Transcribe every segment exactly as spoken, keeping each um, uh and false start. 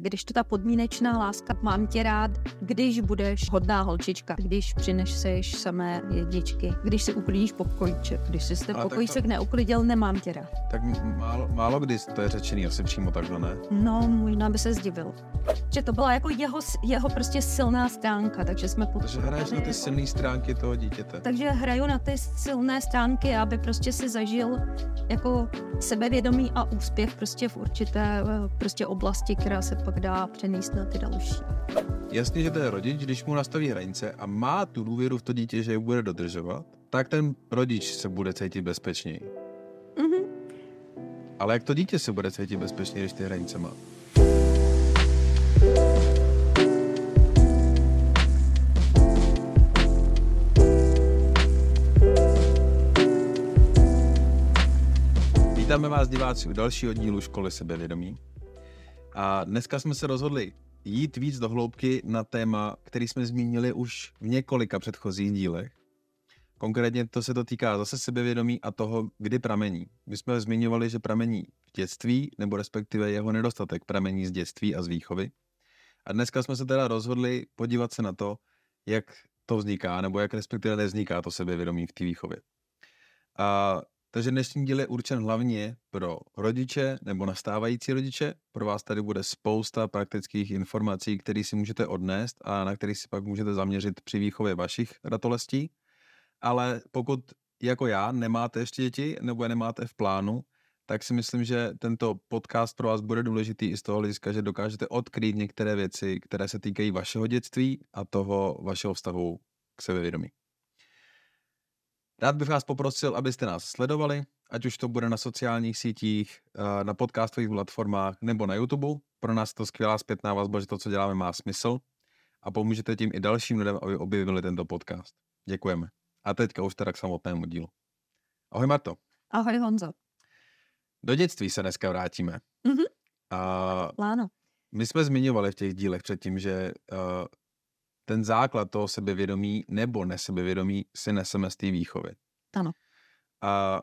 když to ta podmínečná láska, mám tě rád, když budeš hodná holčička, když přineseš samé jedničky, když si uklidíš pokojíček, když si ten pokojíček to... neuklidil, nemám tě rád. Tak málo, málo kdy to je řečený asi přímo takhle, ne? No, možná by se zdivil. Že to byla jako jeho, jeho prostě silná stránka, takže jsme... Pod... Takže hraješ na ty silné stránky toho dítěte. Takže hraju na ty silné stránky, aby prostě si zažil jako sebevědomí a úspěch prostě v určité prostě oblasti, která se pak dá přenést na ty další. Jasně, že to je rodič, když mu nastaví hranice a má tu důvěru v to dítě, že je bude dodržovat, tak ten rodič se bude cítit bezpečněji. Mhm. Ale jak to dítě se bude cítit bezpečněji, když ty hranice má? Vítáme vás, diváci, u dalšího dílu Školy sebevědomí. A dneska jsme se rozhodli jít víc do hloubky na téma, který jsme zmínili už v několika předchozích dílech. Konkrétně to se to týká zase sebevědomí a toho, kdy pramení. My jsme zmiňovali, že pramení v dětství, nebo respektive jeho nedostatek pramení z dětství a z výchovy. A dneska jsme se teda rozhodli podívat se na to, jak to vzniká, nebo jak respektive nevzniká to sebevědomí v té výchově. A takže dnešní díl je určen hlavně pro rodiče nebo nastávající rodiče. Pro vás tady bude spousta praktických informací, které si můžete odnést a na které si pak můžete zaměřit při výchově vašich ratolestí. Ale pokud jako já nemáte ještě děti nebo je nemáte v plánu, tak si myslím, že tento podcast pro vás bude důležitý i z toho hlediska, že dokážete odkrýt některé věci, které se týkají vašeho dětství a toho vašeho vztahu k sebevědomí. Rád bych vás poprosil, abyste nás sledovali, ať už to bude na sociálních sítích, na podcastových platformách nebo na YouTube. Pro nás je to skvělá zpětná vazba, že to, co děláme, má smysl a pomůžete tím i dalším lidem, aby objevili tento podcast. Děkujeme. A teďka už teda k samotnému dílu. Ahoj Marto. Ahoj Honzo. Do dětství se dneska vrátíme. Mhm. A Láno. My jsme zmiňovali v těch dílech předtím, že uh, ten základ toho sebevědomí nebo nesebevědomí si neseme z té výchovy. Ano. A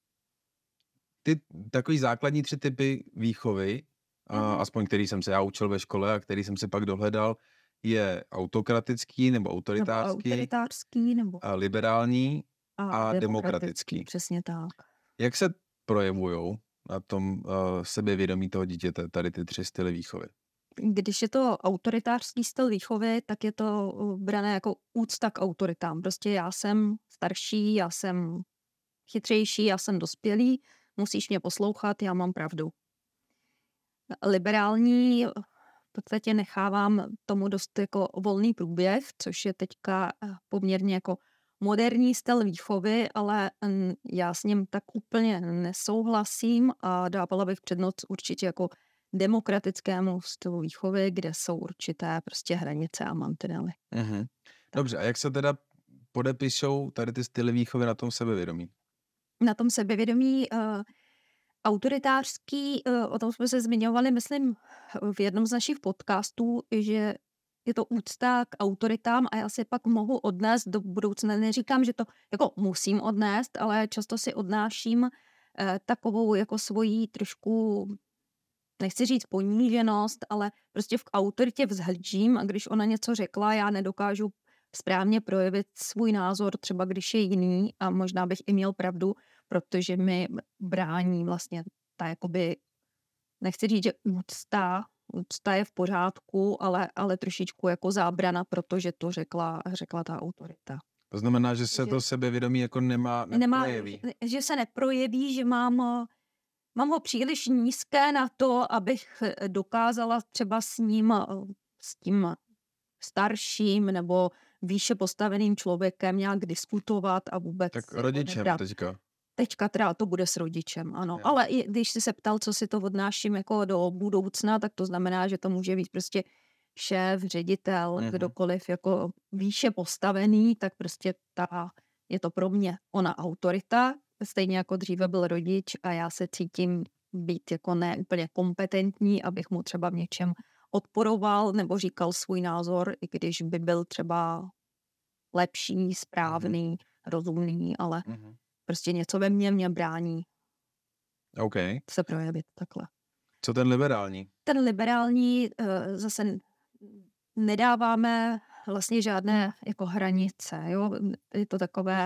ty takový základní tři typy výchovy, mm. a, aspoň který jsem se já učil ve škole a který jsem si pak dohledal, je autokratický nebo autoritářský, nebo, autoritářský, nebo... a liberální a, a demokratický. demokratický. Přesně tak. Jak se projevujou na tom uh, sebevědomí toho dítěte tady ty tři styly výchovy? Když je to autoritářský styl výchovy, tak je to brané jako úcta k autoritám. Prostě já jsem starší, já jsem chytřejší, já jsem dospělý, musíš mě poslouchat, já mám pravdu. Liberální v podstatě nechávám tomu dost jako volný průběh, což je teďka poměrně jako moderní styl výchovy, ale já s ním tak úplně nesouhlasím a dávala bych přednost určitě jako demokratickému stylu výchovy, kde jsou určité prostě hranice a mantinely. Mhm. Dobře, a jak se teda podepisou tady ty styly výchovy na tom sebevědomí? Na tom sebevědomí uh, autoritářský, uh, o tom jsme se zmiňovali, myslím, v jednom z našich podcastů, že je to úcta k autoritám a já si pak mohu odnést do budoucna. Neříkám, že to jako musím odnést, ale často si odnáším uh, takovou jako svoji trošku, nechci říct poníženost, ale prostě v autoritě vzhlížím a když ona něco řekla, já nedokážu správně projevit svůj názor, třeba když je jiný a možná bych i měl pravdu, protože mi brání vlastně ta jakoby, nechci říct, že úcta, úcta je v pořádku, ale, ale trošičku jako zábrana, protože to řekla, řekla ta autorita. To znamená, že se že, to sebevědomí jako nemá, neprojeví. Nemá, že se neprojeví, že mám... Mám ho příliš nízké na to, abych dokázala třeba s ním, s tím starším nebo výše postaveným člověkem nějak diskutovat a vůbec... Tak rodičem nebrat. teďka. Teďka teda to bude s rodičem, ano. Je. Ale i když jsi se ptal, co si to odnáším jako do budoucna, tak to znamená, že to může být prostě šéf, ředitel, mm-hmm. kdokoliv jako výše postavený, tak prostě ta, je to pro mě ona autorita. Stejně jako dříve byl rodič a já se cítím být jako ne úplně kompetentní, abych mu třeba v něčem odporoval nebo říkal svůj názor, i když by byl třeba lepší, správný, mm-hmm. rozumný, ale mm-hmm. prostě něco ve mně mě brání okay. se projevit takhle. Co ten liberální? Ten liberální uh, zase nedáváme vlastně žádné jako hranice, jo? Je to takové,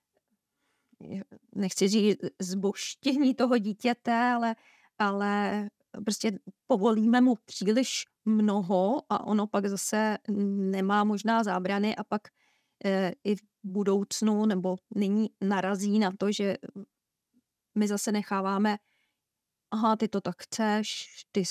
nechci říct zboštění toho dítěte, ale, ale prostě povolíme mu příliš mnoho a ono pak zase nemá možná zábrany a pak e, i v budoucnu nebo nyní narazí na to, že my zase necháváme, aha, ty to tak chceš, ty,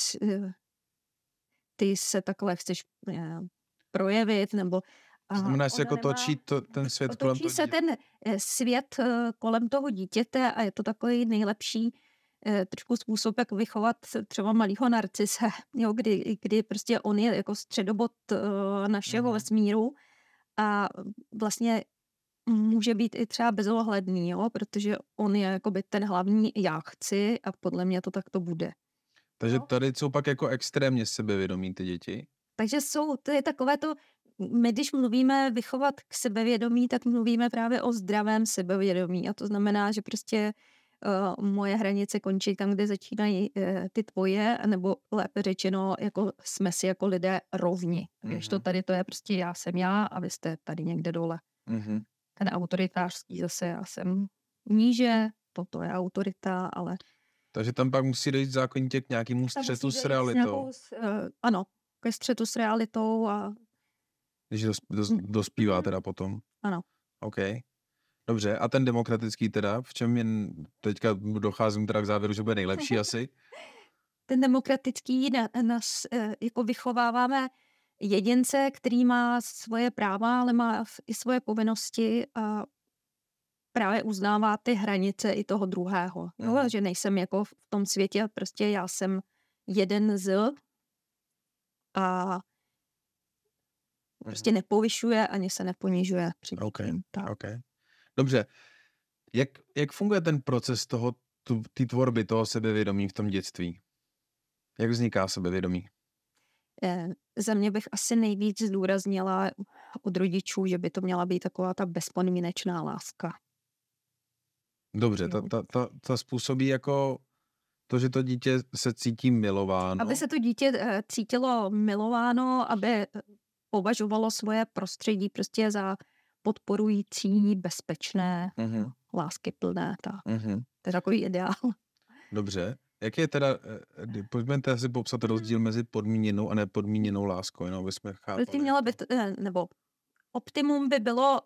ty se takhle chceš e, projevit, nebo To znamená, že se jako nemá, točí to, ten svět kolem točí toho se ten svět kolem toho dítěte a je to takový nejlepší eh, trošku způsob, jak vychovat třeba malýho narcise, jo, kdy, kdy prostě on je jako středobod eh, našeho mm. vesmíru a vlastně může být i třeba bezohledný, jo, protože on je jakoby ten hlavní já chci a podle mě to tak to bude. Takže tady jsou pak jako extrémně sebevědomí ty děti? Takže jsou, to je takové to, my když mluvíme vychovat k sebevědomí, tak mluvíme právě o zdravém sebevědomí a to znamená, že prostě uh, moje hranice končí tam, kde začínají uh, ty tvoje, nebo lépe řečeno, jako jsme si jako lidé rovni. Mm-hmm. Když to tady to je prostě já jsem já a vy jste tady někde dole. Mm-hmm. Ten autoritářský zase já jsem níže, toto je autorita, ale... Takže tam pak musí dojít zákonitě k nějakému střetu s realitou. Nějakou, uh, ano, ke střetu s realitou a když dos, dos, dospívá teda potom. Ano. OK. Dobře. A ten demokratický teda, v čem je, teďka docházím teda k závěru, že bude nejlepší asi? Ten demokratický nás jako vychováváme jedince, který má svoje práva, ale má i svoje povinnosti a právě uznává ty hranice i toho druhého. Jo? Mm. Že nejsem jako v tom světě, prostě já jsem jeden z a prostě nepovyšuje, ani se neponižuje. Okay, okay. Dobře. Jak, jak funguje ten proces toho, té tvorby toho sebevědomí v tom dětství? Jak vzniká sebevědomí? Eh, za mě bych asi nejvíc zdůraznila od rodičů, že by to měla být taková ta bezpodmínečná láska. Dobře, ta, ta, ta, ta způsobí jako to, že to dítě se cítí milováno. Aby se to dítě eh, cítilo milováno, aby považovalo svoje prostředí prostě za podporující, bezpečné, uh-huh. láskyplné. Tak. Uh-huh. To je takový ideál. Dobře. Jak je teda, pojďme si popsat rozdíl mezi podmíněnou a nepodmíněnou láskou, jenom aby jsme chápali. Měla by, nebo optimum by bylo,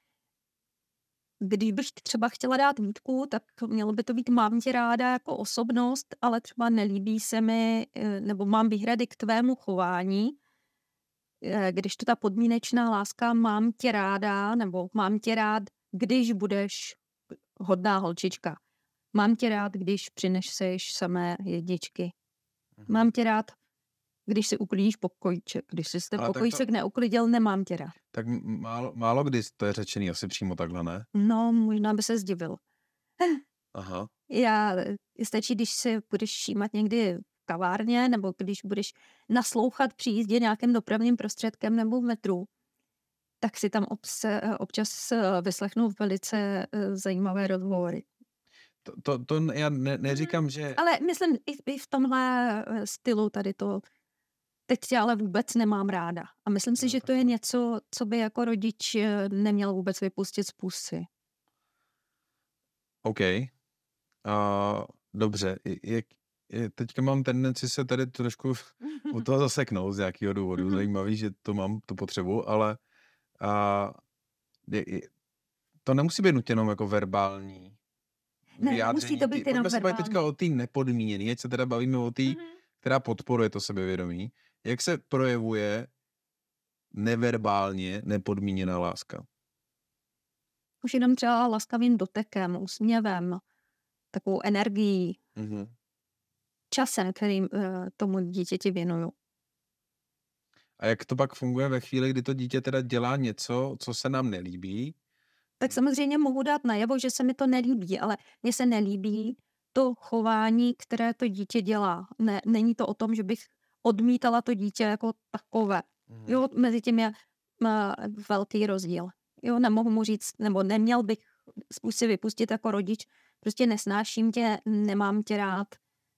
když bych třeba chtěla dát výtku, tak mělo by to být mám tě ráda jako osobnost, ale třeba nelíbí se mi, nebo mám výhrady k tvému chování. Když to ta podmínečná láska mám tě ráda, nebo mám tě rád, když budeš hodná holčička. Mám tě rád, když přineseš samé jedničky. Mám tě rád, když si uklidíš pokojíček. Když jsi ten pokojíček to... neuklidil, nemám tě rád. Tak málo, málo kdy to je řečený asi přímo takhle, ne? No, možná by se zdivil. Aha. Já, stačí, když si budeš všímat někdy v kavárně, nebo když budeš naslouchat při jízdě nějakým dopravním prostředkem nebo v metru, tak si tam obse, občas vyslechnu velice zajímavé rozhovory. To, to, to já ne, neříkám, že... Ale myslím, i, i v tomhle stylu tady to teď tě ale vůbec nemám ráda. A myslím si, no, že to je něco, co by jako rodič neměl vůbec vypustit z pusy. OK. Uh, dobře. Jak, je, teďka mám tendenci se tady trošku u toho zaseknout z nějakého důvodu. Zajímavý, že to mám, tu potřebu, ale uh, je, je, to nemusí být nutně jenom jako verbální ne, musí to být jenom verbální. Pojďme se teďka o té nepodmíněné, ať se teda bavíme o té, mm-hmm. která podporuje to sebevědomí. Jak se projevuje neverbálně nepodmíněná láska? Už jenom třeba laskavým dotekem, úsměvem, takovou energií, mm-hmm. časem, kterým uh, tomu dítěti věnuju. A jak to pak funguje ve chvíli, kdy to dítě teda dělá něco, co se nám nelíbí? Tak samozřejmě mohu dát najevo, že se mi to nelíbí, ale mně se nelíbí to chování, které to dítě dělá. Ne, není to o tom, že bych odmítala to dítě jako takové. Mm. Jo, mezi tím je má velký rozdíl. Jo, nemohu mu říct, nebo neměl bych si vypustit jako rodič, prostě nesnáším tě, nemám tě rád,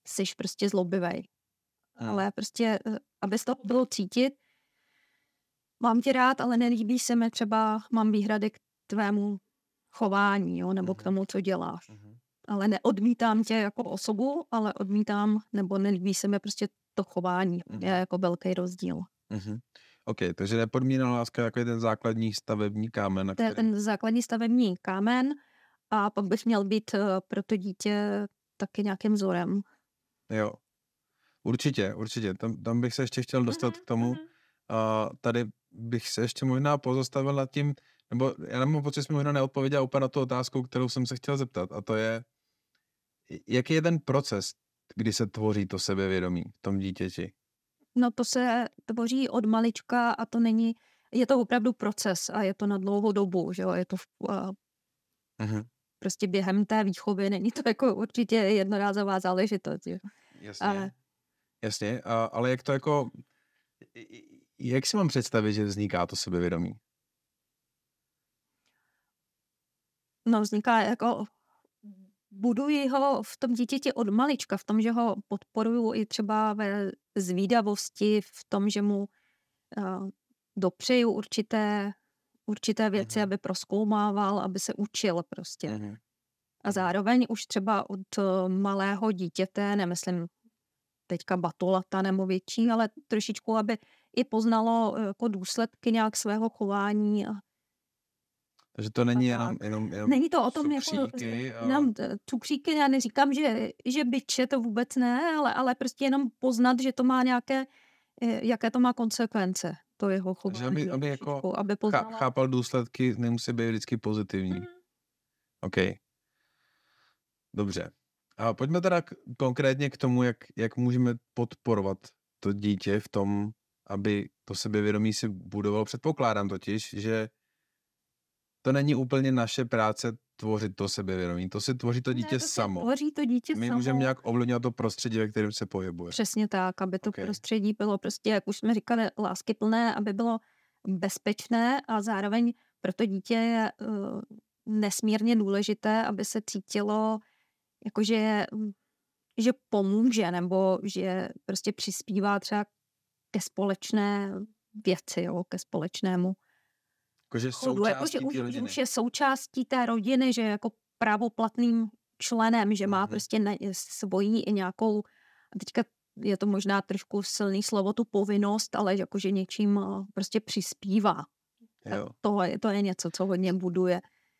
jsi prostě zlobivej. Hmm. Ale prostě, eh, aby z toho bylo cítit, mám tě rád, ale nelíbí se mi třeba, mám výhrady k tvému chování, jo, nebo k Mhm. tomu, co děláš. Mhm. Ale neodmítám tě jako osobu, ale odmítám, nebo nelíbí se mi prostě to chování. Mhm. Je jako velký rozdíl. Mhm. OK, takže nepodmíněná láska je jako ten základní stavební kámen, na To je kterém... ten základní stavební kámen a pak bych měl být eh, pro to dítě taky nějakým vzorem. Jo, určitě, určitě. Tam, tam bych se ještě chtěl dostat Mhm, k tomu. mhm. A tady bych se ještě možná pozastavil nad tím, nebo já nemám pocit, že jsem možná neodpověděl úplně na tu otázku, kterou jsem se chtěl zeptat, a to je, jaký je ten proces, kdy se tvoří to sebevědomí v tom dítěti? No to se tvoří od malička a to není, je to opravdu proces a je to na dlouhou dobu, že jo, je to v, a Mhm. prostě během té výchovy, není to jako určitě jednorázová záležitost, jo. Jasně, Ale jasně, a, ale jak to jako, jak si mám představit, že vzniká to sebevědomí? no vzniká jako, buduji ho v tom dítěti od malička, v tom, že ho podporuju i třeba ve zvídavosti, v tom, že mu uh, dopřeju určité, určité věci, Mhm. aby prozkoumával, aby se učil prostě. Mhm. A zároveň už třeba od eh, malého dítěte, nemyslím teďka batolata nebo větší, ale trošičku, aby i poznalo eh, jako důsledky nějak svého chování. A, Takže to není a jenom, tak. jenom, jenom Není to o tom jako cukříky a... jenom t- cukříky, já neříkám, že, že byče, to vůbec ne, ale, ale prostě jenom poznat, že to má nějaké, eh, jaké to má konsekvence, to jeho chování. Že aby, aby jako trošičku, aby chá, poznala. chápal důsledky, nemusí být vždycky pozitivní. Mhm. OK. Dobře. A pojďme teda k, konkrétně k tomu, jak, jak můžeme podporovat to dítě v tom, aby to sebevědomí si budovalo. Předpokládám totiž, že to není úplně naše práce tvořit to sebevědomí. To si tvoří to dítě Ne, to si samo. tvoří to dítě My samo. můžeme nějak ovlivňovat to prostředí, ve kterém se pohybuje. Přesně tak, aby to Ok. prostředí bylo prostě, jak už jsme říkali, láskyplné, aby bylo bezpečné a zároveň pro to dítě je uh, nesmírně důležité, aby se cítilo, jakože že pomůže nebo že prostě přispívá třeba ke společné věci, jo, ke společnému Jakože chodu. Jako, že součástí už, té že rodiny. už je součástí té rodiny, že je jako právoplatným členem, že má Mhm. prostě ne, svoji i nějakou, a teďka je to možná trošku silný slovo, tu povinnost, ale jakože něčím eh, prostě přispívá. Jo. To je, to je něco, co hodně buduje.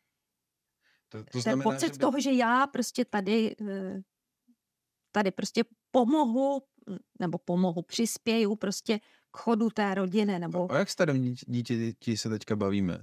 To, to Ten znamená, pocit že by... toho, že já prostě tady, eh, tady prostě pomohu, nebo pomohu, přispěju prostě k chodu té rodiny, nebo O jak starém dítě, dítěti se teďka bavíme?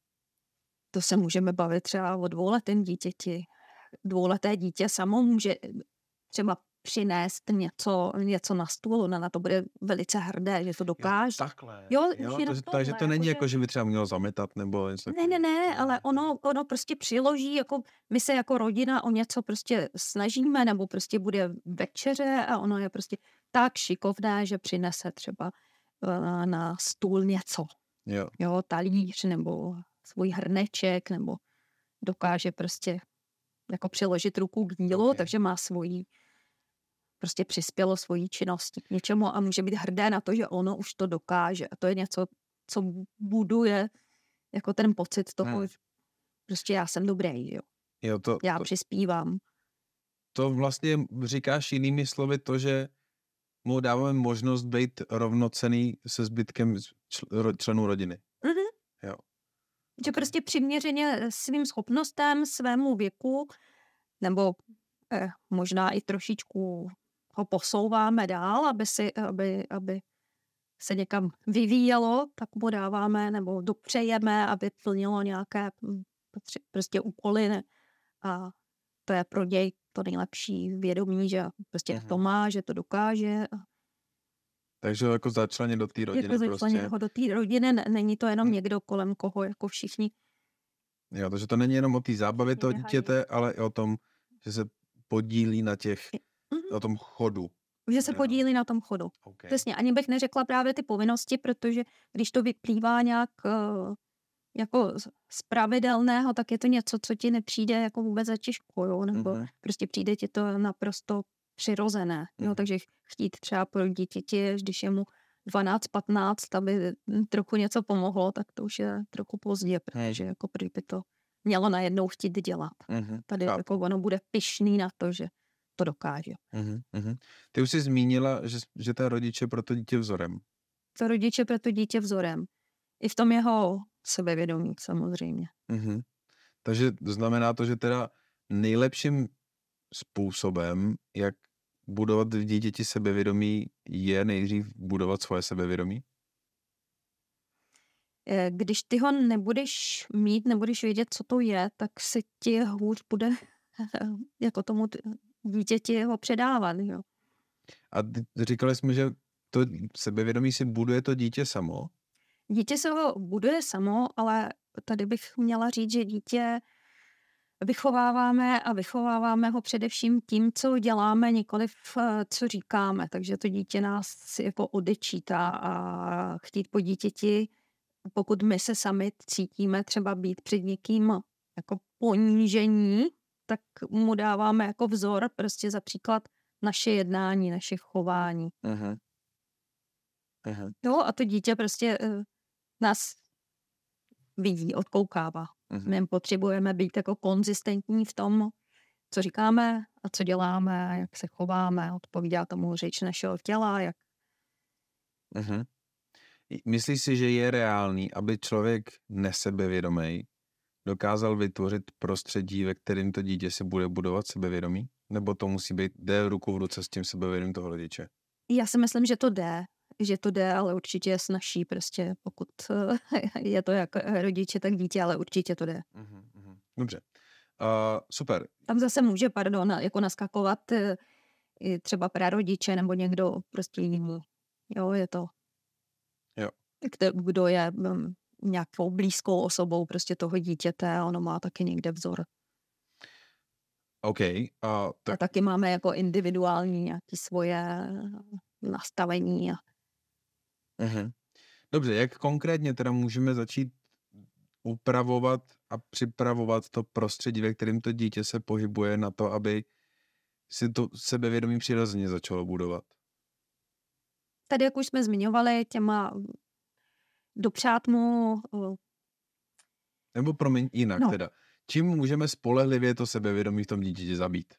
to se můžeme bavit třeba o dvouletém dítěti. Dvouleté dítě samo může třeba přinést něco, něco na stůl, ona na to bude velice hrdé, že to dokáže. Jo, takhle. Jo, jo už je to, na takže tohle, to není jakože- jako, že by třeba mělo zametat nebo něco Ne, ne, takového. ne, ale ono, ono prostě přiloží, jako my se jako rodina o něco prostě snažíme, nebo prostě bude večeře a ono je prostě tak šikovné, že přinese třeba eh, na stůl něco. Jo. Jo, talíř nebo svůj hrneček, nebo dokáže prostě jako přiložit ruku k dílu, Ok. takže má svoji, prostě přispělo svojí činností k něčemu a může být hrdé na to, že ono už to dokáže. A to je něco, co buduje jako ten pocit toho, Hmm. že prostě já jsem dobrý, jo. Jo, to, Já to, přispívám. to vlastně říkáš jinými slovy to, že mu dáváme možnost být rovnocenný se zbytkem čl- členů rodiny. Mhm. Jo. Že Ok. prostě přiměřeně svým schopnostem, svému věku, nebo eh, možná i trošičku ho posouváme dál, aby, si, aby, aby se někam vyvíjelo, tak mu dáváme nebo dopřejeme, aby plnilo nějaké hm, potře- prostě úkoly. Ne? A to je pro něj to nejlepší vědomí, že prostě Mhm. to má, že to dokáže. A Takže ho jako začlenit do té rodiny jako začlenit prostě. ho do té rodiny, n- není to jenom někdo kolem koho, jako všichni. Jo, takže to není jenom o té zábavě Všichni toho běhají. dítěte, ale i o tom, že se podílí na těch, Mhm. o tom chodu. Že se Jo. podílí na tom chodu. Okay. Přesně, ani bych neřekla právě ty povinnosti, protože když to vyplývá nějak uh, jako z- z pravidelného, tak je to něco, co ti nepřijde jako vůbec za těžko, jo? Nebo Mhm. prostě přijde ti to naprosto přirozené. Jo? Mhm. Takže chtít třeba pro dítěti, když je mu dvanáct patnáct, aby trochu něco pomohlo, tak to už je trochu pozdě, protože jako prý by to mělo najednou chtít dělat. Mhm. Tady Chápu. jako ono bude pyšný na to, že to dokáže. Mhm. Mhm. Ty už jsi zmínila, že, že ten rodič je pro to dítě vzorem. To rodiče pro to dítě vzorem. I v tom jeho sebevědomí samozřejmě. Mhm. Takže znamená to, že teda nejlepším způsobem, jak budovat v dítěti sebevědomí, je nejdřív budovat svoje sebevědomí? Eh, Když ty ho nebudeš mít, nebudeš vědět, co to je, tak se ti hůř bude jako tomu t- dítěti ho předávat. Jo. A ty- říkali jsme, že to sebevědomí si buduje to dítě samo. Dítě se ho buduje samo, ale tady bych měla říct, že dítě vychováváme a vychováváme ho především tím, co děláme, nikoliv eh, co říkáme. Takže to dítě nás jako odečítá a chtít po dítěti, pokud my se sami cítíme třeba být před někým jako ponížení, tak mu dáváme jako vzor, prostě za příklad naše jednání, naše chování. Uh-huh. Uh-huh. Jo, a to dítě prostě uh, nás vidí, odkoukává. Uh-huh. My potřebujeme být jako konzistentní v tom, co říkáme a co děláme, jak se chováme, odpovídá tomu řeč našeho těla. Jak... Uh-huh. Myslíš si, že je reálný, aby člověk nesebevědomý dokázal vytvořit prostředí, ve kterém to dítě si bude budovat sebevědomí? Nebo to musí být, jde ruku v ruce s tím sebevědomím toho rodiče? Já si myslím, že to jde, že to jde, ale určitě je snazší prostě, pokud je to jak rodiče, tak dítě, ale určitě to jde. Uh-huh, uh-huh. Dobře, uh, super. Tam zase může, pardon, jako naskakovat uh, i třeba prarodiče nebo někdo prostě jiný. Jo, je to. Jo. Kdo, kdo je um, nějakou blízkou osobou prostě toho dítěte, ono má taky někde vzor. OK. Uh, tak... A taky máme jako individuální nějaké svoje nastavení. A... Uh-huh. Dobře, jak konkrétně teda můžeme začít upravovat a připravovat to prostředí, ve kterém to dítě se pohybuje na to, aby si to sebevědomí přirozeně začalo budovat? Tady, jak už jsme zmiňovali, těma dopřát mu... Nebo promiň, jinak no. teda. Čím můžeme spolehlivě to sebevědomí v tom dítěti zabít?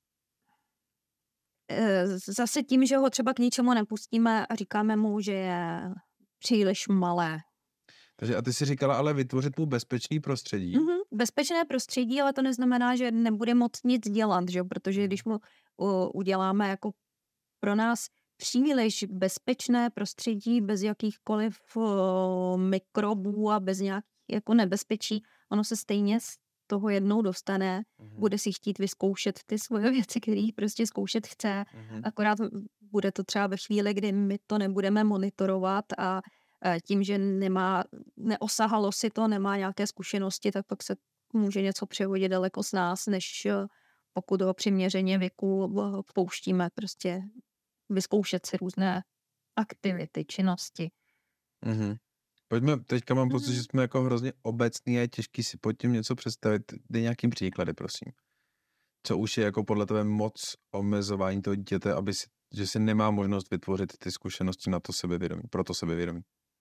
Zase tím, že ho třeba k ničemu nepustíme a říkáme mu, že je příliš malé. Takže a ty si říkala, ale vytvořit mu bezpečný prostředí. Mm-hmm. Bezpečné prostředí, ale to neznamená, že nebude moc nic dělat, že? Protože když mu uh, uděláme jako pro nás příliš bezpečné prostředí bez jakýchkoliv uh, mikrobů a bez nějakých jako nebezpečí, ono se stejně z toho jednou dostane, mm-hmm. bude si chtít vyzkoušet ty svoje věci, které prostě zkoušet chce, mm-hmm. akorát bude to třeba ve chvíli, kdy my to nebudeme monitorovat a tím, že nemá, neosahalo si to, nemá nějaké zkušenosti, tak pak se může něco přehodit daleko z nás, než pokud ho přiměřeně věku pouštíme prostě vyzkoušet si různé aktivity, činnosti. Mm-hmm. Pojďme, teďka mám pocit, mm-hmm. že jsme jako hrozně obecný a je těžký si pod tím něco představit. Dej nějakým příklady, prosím. Co už je jako podle tebe moc omezování toho dítěte, aby si, že si nemá možnost vytvořit ty zkušenosti na to sebevědomí, pro to sebevědomí?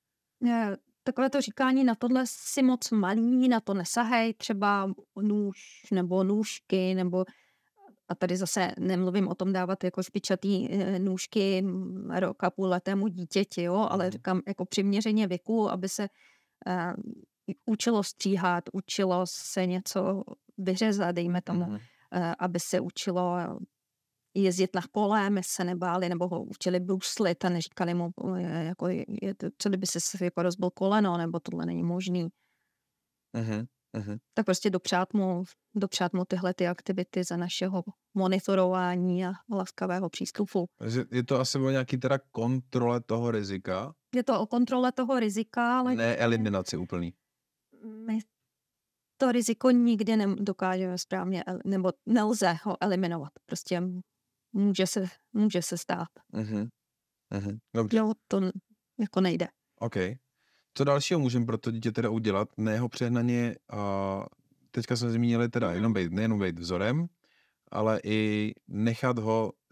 Takové to říkání, na tohle si moc malý, na to nesahej, třeba nůž nebo nůžky, nebo a tady zase nemluvím o tom dávat jako špičatý nůžky rok a půl letému dítěti, jo, ale říkám jako přiměřeně věku, aby se uh, učilo stříhat, učilo se něco vyřezat, dejme tomu, mm-hmm. uh, aby se učilo jezdit na kole, my se nebáli, nebo ho učili bruslit a neříkali mu, jako, je to, co kdyby se jako rozbil koleno, nebo tohle není možný. Uh-huh, uh-huh. Tak prostě dopřát mu, dopřát mu tyhle ty aktivity za našeho monitorování a laskavého přístupu. Takže je to asi o nějaký teda kontrole toho rizika? Je to o kontrole toho rizika, ale... Ne eliminaci úplný. My to riziko nikdy nedokážeme správně, nebo nelze ho eliminovat. Prostě může se, může se stát. Uh-huh. Uh-huh. Dobře. Jo, to jako nejde. OK. Co dalšího můžeme pro to dítě teda udělat? Ne jeho přehnaně, a teďka jsme zmínili teda jenom být, nejenom být vzorem, ale i nechat ho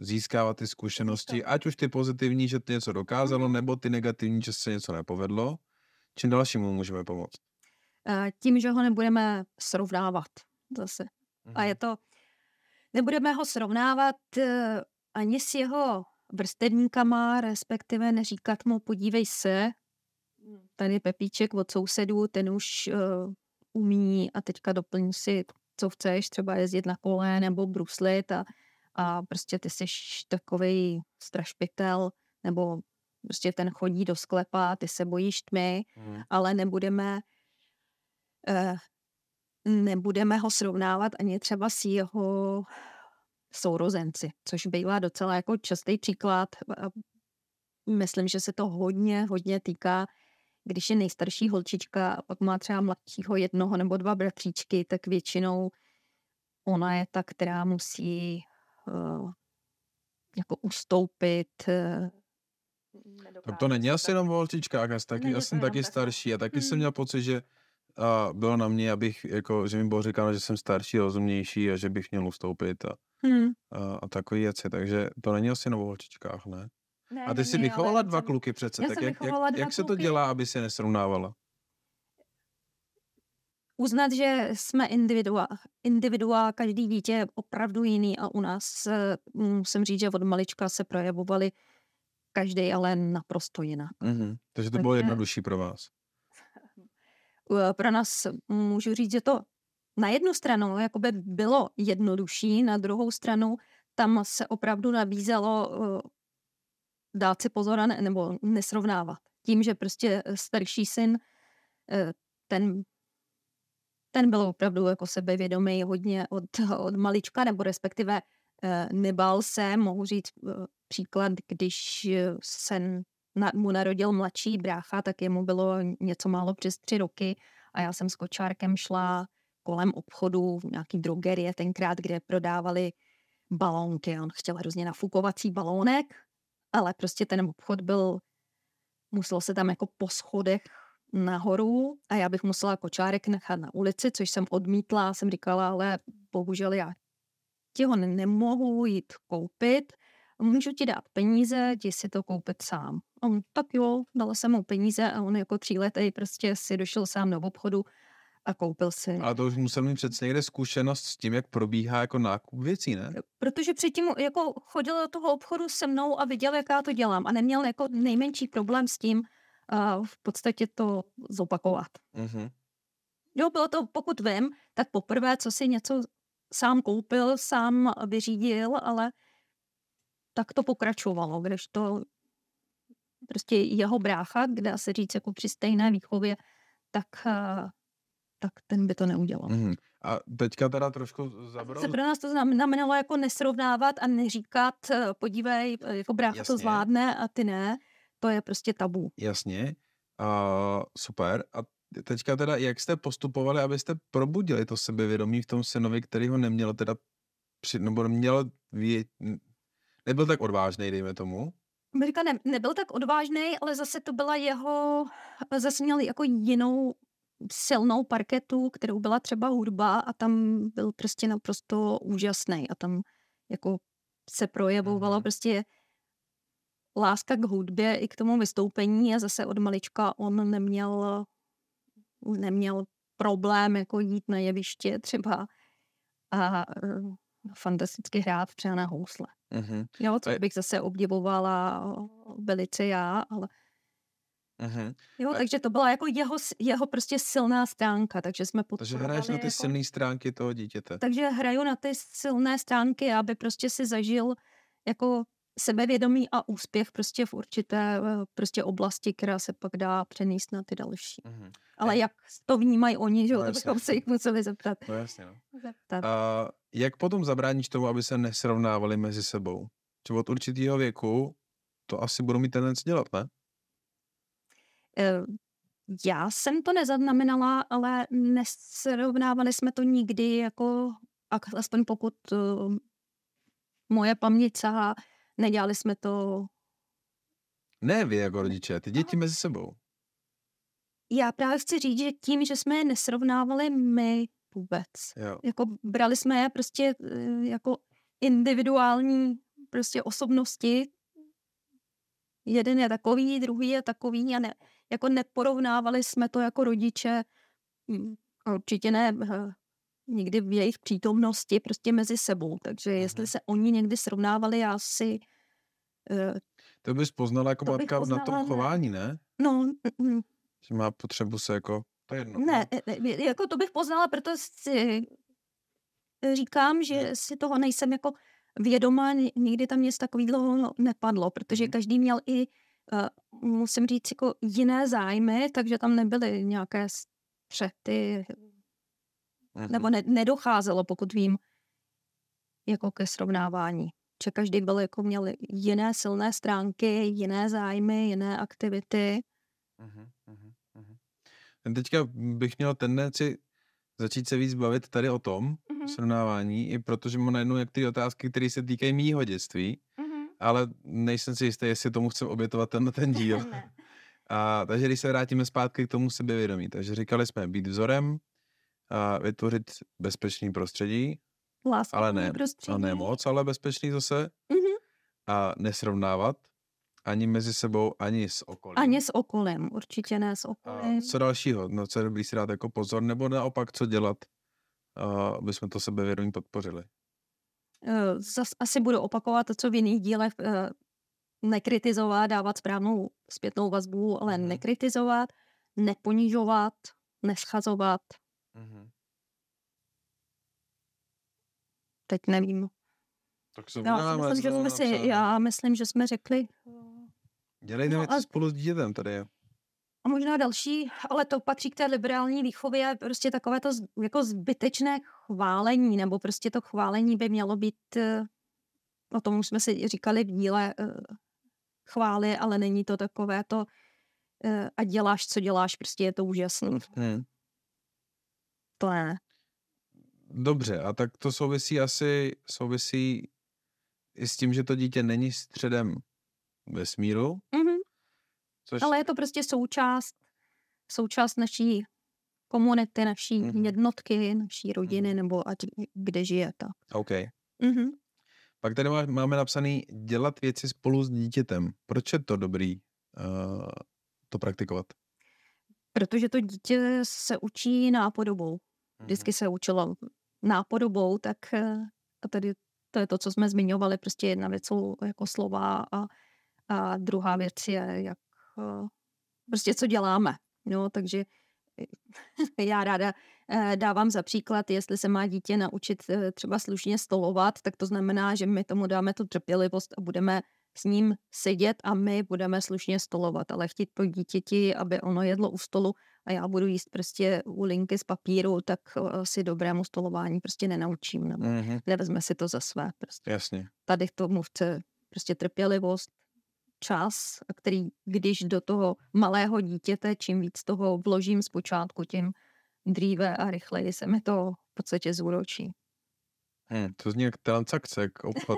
získávat ty zkušenosti, ať už ty pozitivní, že to něco dokázalo, nebo ty negativní, že se něco nepovedlo. Čím dalšímu můžeme pomoct? Tím, že ho nebudeme srovnávat zase. A je to, nebudeme ho srovnávat ani s jeho vrstevníkama, respektive neříkat mu, podívej se, tady Pepíček od sousedů, ten už uh, umí a teďka doplň si, co chceš, třeba jezdit na kole nebo bruslit a, a prostě ty jsi takovej strašpitel, nebo prostě ten chodí do sklepa, ty se bojíš tmy, hmm. ale nebudeme uh, nebudeme ho srovnávat ani třeba s jeho sourozenci, což bývá docela jako častý příklad. Myslím, že se to hodně, hodně týká, když je nejstarší holčička a pak má třeba mladšího jednoho nebo dva bratříčky, tak většinou ona je ta, která musí uh, jako ustoupit. Uh, tak to není asi jenom o holčičkách, já, taky, já jsem taky starší a taky hmm. jsem měl pocit, že a bylo na mě, abych, jako, že mi bylo říkáno, že jsem starší, rozumnější a že bych měl ustoupit a, hmm. a, a takový věci, takže to není asi jenom o holčičkách, ne? Ne, a ty jsi vychovala dva jsem, kluky přece, tak jak, jak, jak se to dělá, aby se nesrovnávala? Uznat, že jsme individua, individua, každý dítě je opravdu jiný a u nás musím říct, že od malička se projevovali každý, ale naprosto jinak. Mm-hmm. Takže to bylo jednodušší pro vás? Pro nás můžu říct, že to na jednu stranu jakoby bylo jednodušší, na druhou stranu tam se opravdu nabízelo dát si pozor ne, nebo nesrovnávat. Tím, že prostě starší syn, ten, ten byl opravdu jako sebevědomý hodně od, od malička, nebo respektive nebál se, mohu říct příklad, když se na, mu narodil mladší brácha, tak jemu bylo něco málo přes tři roky a já jsem s kočárkem šla kolem obchodu, nějaký drogerie tenkrát, kde prodávali balónky. On chtěl hrozně nafukovací balónek, ale prostě ten obchod byl, musel se tam jako po schodech nahoru a já bych musela kočárek nechat na ulici, což jsem odmítla. Jsem říkala, ale bohužel já ti ho nemohu jít koupit, můžu ti dát peníze, ti si to koupit sám. A on, tak jo, dala jsem mu peníze a on jako tříletej prostě si došel sám do obchodu a koupil si. Ale to už musel mít přece někde zkušenost s tím, jak probíhá jako nákup věcí, ne? Protože předtím jako chodil do toho obchodu se mnou a viděl, jak já to dělám a neměl jako nejmenší problém s tím uh, v podstatě to zopakovat. Mm-hmm. Jo, bylo to, pokud vím, tak poprvé, co si něco sám koupil, sám vyřídil, ale tak to pokračovalo, když to prostě jeho brácha, kde se říct jako při stejné výchově, tak, tak ten by to neudělal. Mm-hmm. A teďka teda trošku zabral... Se pro nás to znamenalo jako nesrovnávat a neříkat, podívej, jako brácha Jasně. to zvládne a ty ne, to je prostě tabu. Jasně, uh, super. A teďka teda, jak jste postupovali, abyste probudili to sebevědomí v tom synovi, který ho neměl teda, při, nebo měl vě... Nebyl tak odvážnej, dejme tomu. Říká, ne, nebyl tak odvážnej, ale zase to byla jeho, zase měl jako jinou silnou parketu, kterou byla třeba hudba a tam byl prostě naprosto úžasný a tam jako se projevovalo mm. prostě láska k hudbě i k tomu vystoupení a zase od malička on neměl, neměl problém jako jít na jeviště třeba a fantasticky hrát třeba na housle. Mm-hmm. Jo, co bych zase obdivovala velice já, ale mm-hmm. jo, a... takže to byla jako jeho, jeho prostě silná stránka, takže jsme podporovali. Takže hraješ na ty jako... silné stránky toho dítěte. Takže hraju na ty silné stránky, aby prostě si zažil jako sebevědomí a úspěch prostě v určité prostě oblasti, která se pak dá přenést na ty další. Mm-hmm. Ale jak to vnímají oni, že jo, no, to bychom se jich museli zeptat. No jasně, no. Zeptat. A jak potom zabráníš tomu, aby se nesrovnávali mezi sebou? Či od určitého věku to asi budou mít tendenci dělat, ne? Já jsem to nezaznamenala, ale nesrovnávali jsme to nikdy, jako aspoň pokud uh, moje paměť sahá, nedělali jsme to... Ne vy jako rodiče, ty děti mezi sebou. Já právě chci říct, že tím, že jsme je nesrovnávali my vůbec. Jo. Jako brali jsme je prostě jako individuální prostě osobnosti. Jeden je takový, druhý je takový a ne, jako neporovnávali jsme to jako rodiče, hm, a určitě ne eh, nikdy v jejich přítomnosti prostě mezi sebou. Takže jestli se oni někdy srovnávali, já si... eh, To bys poznala jako To bych matka na poznala, tom ne. chování, ne? No, mm, mm, Že má potřebu se jako... To je jedno. ne, ne, ne, jako to bych poznala, proto si říkám, že Mhm. si toho nejsem jako vědoma, ni- nikdy tam nic takového nepadlo, protože Mhm. každý měl i, eh, musím říct, jako jiné zájmy, takže tam nebyly nějaké střety, Mhm. nebo ne, nedocházelo, pokud vím, jako ke srovnávání. Že každý byl jako měl jiné silné stránky, jiné zájmy, jiné aktivity. Mhm, mhm, mhm. Jen teďka bych měl tendenci začít se víc bavit tady o tom Mhm. srovnávání, i protože mám najednou některé otázky, které se týkají mýho dětství, Mhm. ale nejsem si jistý, jestli tomu chcem obětovat ten, ten díl. Ne. A, takže když se vrátíme zpátky k tomu sebevědomí, takže říkali jsme být vzorem, a vytvořit bezpečný prostředí, ale ne, prostředí. a ne moc, ale bezpečný zase, Mhm. a nesrovnávat ani mezi sebou, ani s okolím. Ani s okolím, určitě ne s A okolím. co dalšího? No, co je dobrý si dát jako pozor, nebo naopak, co dělat, a, aby jsme to sebevědomí podpořili? Eh, Zas asi budu opakovat to, co v jiných dílech, eh, nekritizovat, dávat správnou zpětnou vazbu, ale Mhm. nekritizovat, neponižovat, neschazovat. Mhm. Teď nevím. Tak se Já, si myslím, že jsme si, já myslím, že jsme řekli. Dělejte No, věci ale- spolu s dítětem tady je. A možná další, ale to patří k té liberální výchově, prostě takové to z- jako zbytečné chválení, nebo prostě to chválení by mělo být, eh, o tom už jsme si říkali v díle, eh, chvály, ale není to takové to, eh, a děláš, co děláš, prostě je to úžasný. Hmm. To ne. Dobře, a tak to souvisí asi, souvisí i s tím, že to dítě není středem vesmíru, Mhm. což... Ale je to prostě součást, součást naší komunity, naší Mhm. jednotky, naší rodiny, nebo ať kde žije. Tak. OK. Mhm. Pak tady má- máme napsaný dělat věci spolu s dítětem. Proč je to dobrý uh, to praktikovat? Protože to dítě se učí nápodobou. Vždycky se učilo nápodobou, tak eh, a tady to je to, co jsme zmiňovali, prostě jedna věc jsou jako slova a, a druhá věc je, jak eh, prostě co děláme. No, takže já ráda eh, dávám za příklad, jestli se má dítě naučit eh, třeba slušně stolovat, tak to znamená, že my tomu dáme tu trpělivost a budeme s ním sedět a my budeme slušně stolovat. Ale chtít po dítěti, aby ono jedlo u stolu a já budu jíst prostě u linky z papíru, tak eh, si dobrému stolování prostě nenaučím. Nebo Mhm. nevezme si to za své. Prostě. Jasně. Tady k tomu chce prostě trpělivost, čas, a který, když do toho malého dítěte, čím víc toho vložím zpočátku, tím dříve a rychleji se mi to v podstatě zúročí. Hmm, to zní jak transakce, jak obchod.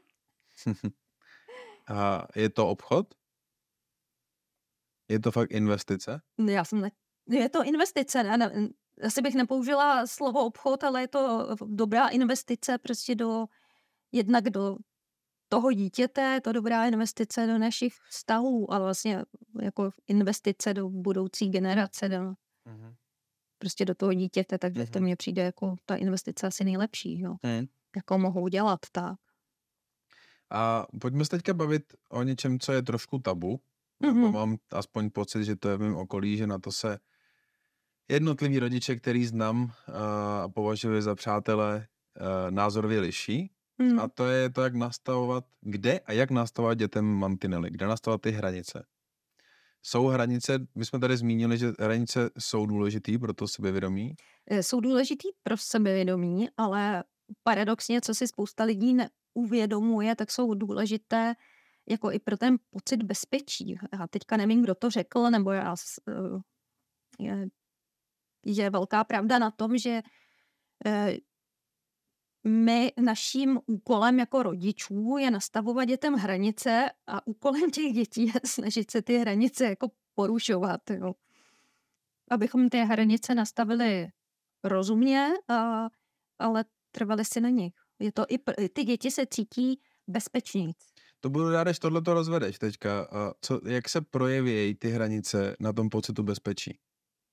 A je to obchod? Je to fakt investice? Já jsem ne... Je to investice, ne? ne? Asi bych nepoužila slovo obchod, ale je to dobrá investice prostě do, jednak do toho dítěte, je to dobrá investice do našich vztahů, ale vlastně jako investice do budoucí generace, do, Mhm. prostě do toho dítěte, takže Mhm. to mně přijde jako ta investice asi nejlepší, jo. Hmm. Jako mohou dělat, tak. A pojďme se teďka bavit o něčem, co je trošku tabu. Mhm. Nebo mám aspoň pocit, že to je v mém okolí, že na to se jednotliví rodiče, který znám a považuji za přátele, a názorově liší. Mm. A to je to, jak nastavovat, kde a jak nastavovat dětem mantinely, kde nastavovat ty hranice. Jsou hranice, my jsme tady zmínili, že hranice jsou důležitý pro to sebevědomí. Jsou důležitý pro sebevědomí, ale paradoxně, co si spousta lidí neuvědomuje, tak jsou důležité jako i pro ten pocit bezpečí. Já teďka nevím, kdo to řekl, nebo já, s- eh, je, je velká pravda na tom, že eh, my naším úkolem jako rodičů je nastavovat dětem hranice a úkolem těch dětí je snažit se ty hranice jako porušovat. Jo. Abychom ty hranice nastavili rozumně, a, ale trvali si na nich. Je to i pr- ty děti se cítí bezpečnějc. To budu rád, když tohle to rozvedeš teďka. A co, jak se projeví ty hranice na tom pocitu bezpečí?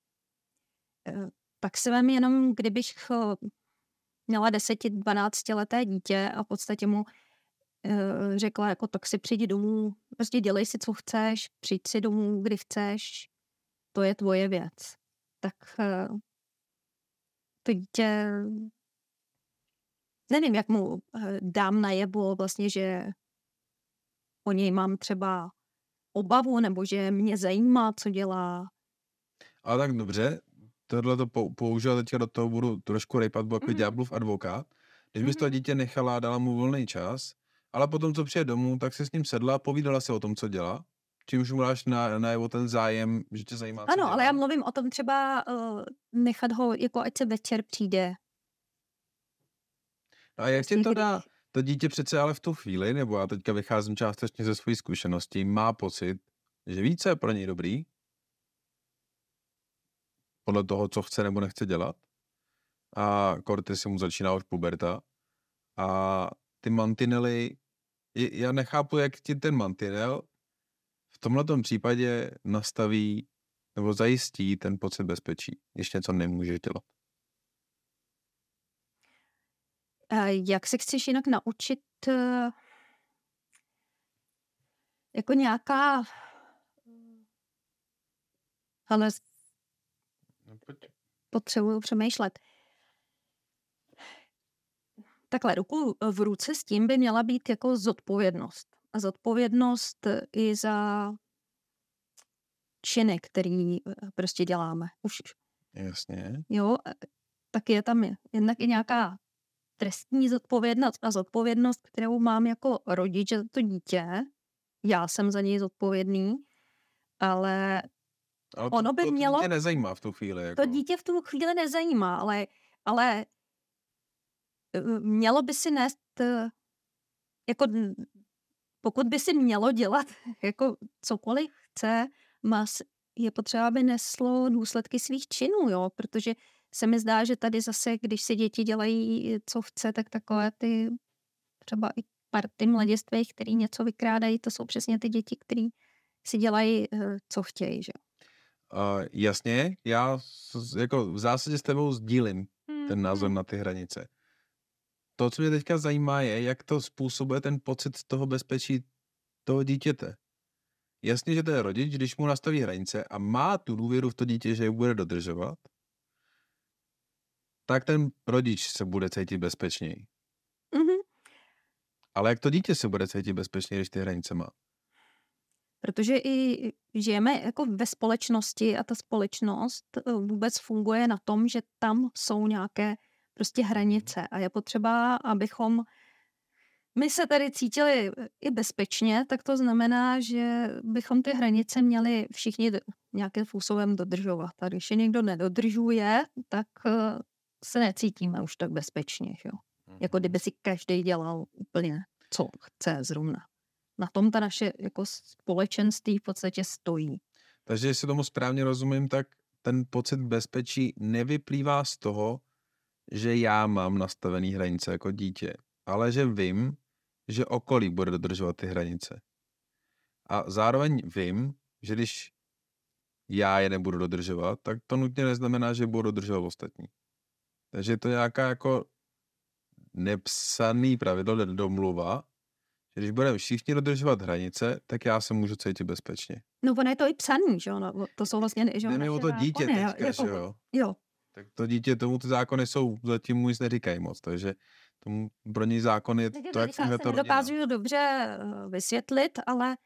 Tak si vem jenom, kdybych měla deseti, dvanáctileté dítě a v podstatě mu e, řekla, jako tak si přijdi domů, prostě dělej si, co chceš, přijď si domů, kdy chceš, to je tvoje věc. Tak e, to dítě, nevím, jak mu e, dám najevo vlastně, že o něj mám třeba obavu, nebo že mě zajímá, co dělá. A tak dobře, tohle to použila teďka do toho, budu trošku rejpat, byl jako mm. ďáblův advokát. Když bys mm. to dítě nechala, dala mu volný čas, ale potom, co přijde domů, tak se s ním sedla a povídala si o tom, co dělá. Čímž mu dáš na, najevo ten zájem, že tě zajímá, co Ano, dělá. Ale já mluvím o tom třeba uh, nechat ho, jako ať se večer přijde. No a jak ti to dá? To dítě přece ale v tu chvíli, nebo já teďka vycházím částečně ze své zkušenosti, má pocit, že více je pro něj dobrý, podle toho, co chce nebo nechce dělat. A korty si mu začíná už puberta. A ty mantinely, já nechápu, jak ti ten mantinel v tomhletom případě nastaví nebo zajistí ten pocit bezpečí, když něco nemůžeš dělat. Jak se chceš jinak naučit jako nějaká ale potřebuju přemýšlet. Takhle, ruku v ruce s tím by měla být jako zodpovědnost. A zodpovědnost i za činy, který prostě děláme. Už. Jasně. Jo, tak je tam jednak i nějaká trestní zodpovědnost a zodpovědnost, kterou mám jako rodič za to dítě. Já jsem za něj zodpovědný, ale, ale to, ono by to mělo... To dítě nezajímá v tu chvíli. Jako. To dítě v tu chvíli nezajímá, ale, ale mělo by si nést, jako pokud by si mělo dělat jako cokoliv chce, je potřeba, aby neslo důsledky svých činů, jo, protože se mi zdá, že tady zase, když si děti dělají, co chce, tak takové ty třeba i party mladistvých, který něco vykrádají, to jsou přesně ty děti, který si dělají, co chtějí, že? Uh, jasně, já jako v zásadě s tebou sdílím hmm. ten názor hmm. na ty hranice. To, co mě teďka zajímá, je, jak to způsobuje ten pocit toho bezpečí toho dítěte. Jasně, že to je rodič, když mu nastaví hranice a má tu důvěru v to dítě, že je bude dodržovat, tak ten rodič se bude cítit bezpečněji. Mm-hmm. Ale jak to dítě se bude cítit bezpečněji, když ty hranice má? Protože i žijeme jako ve společnosti a ta společnost vůbec funguje na tom, že tam jsou nějaké prostě hranice a je potřeba, abychom my se tady cítili i bezpečně, tak to znamená, že bychom ty hranice měli všichni nějakým způsobem dodržovat. A když je někdo nedodržuje, tak se necítíme už tak bezpečně. Jo? Jako kdyby si každý dělal úplně, co chce zrovna. Na tom ta naše jako společenství v podstatě stojí. Takže jestli tomu správně rozumím, tak ten pocit bezpečí nevyplývá z toho, že já mám nastavený hranice jako dítě, ale že vím, že okolí bude dodržovat ty hranice. A zároveň vím, že když já je nebudu dodržovat, tak to nutně neznamená, že budu dodržovat ostatní. Takže je to nějaká jako nepsaný pravidlo, domluva, že když budeme všichni dodržovat hranice, tak já se můžu cítit bezpečně. No ono je to i psaný, že jo? No, to jsou vlastně... Že Jde mi o to dítě zákony, teďka, jako, že jo? Jo. Tak to dítě, tomu ty zákony jsou, zatím mu nic neříkají moc, takže tomu pro něj zákon je to, jak funguje to rodina. Dokážu dobře vysvětlit, ale...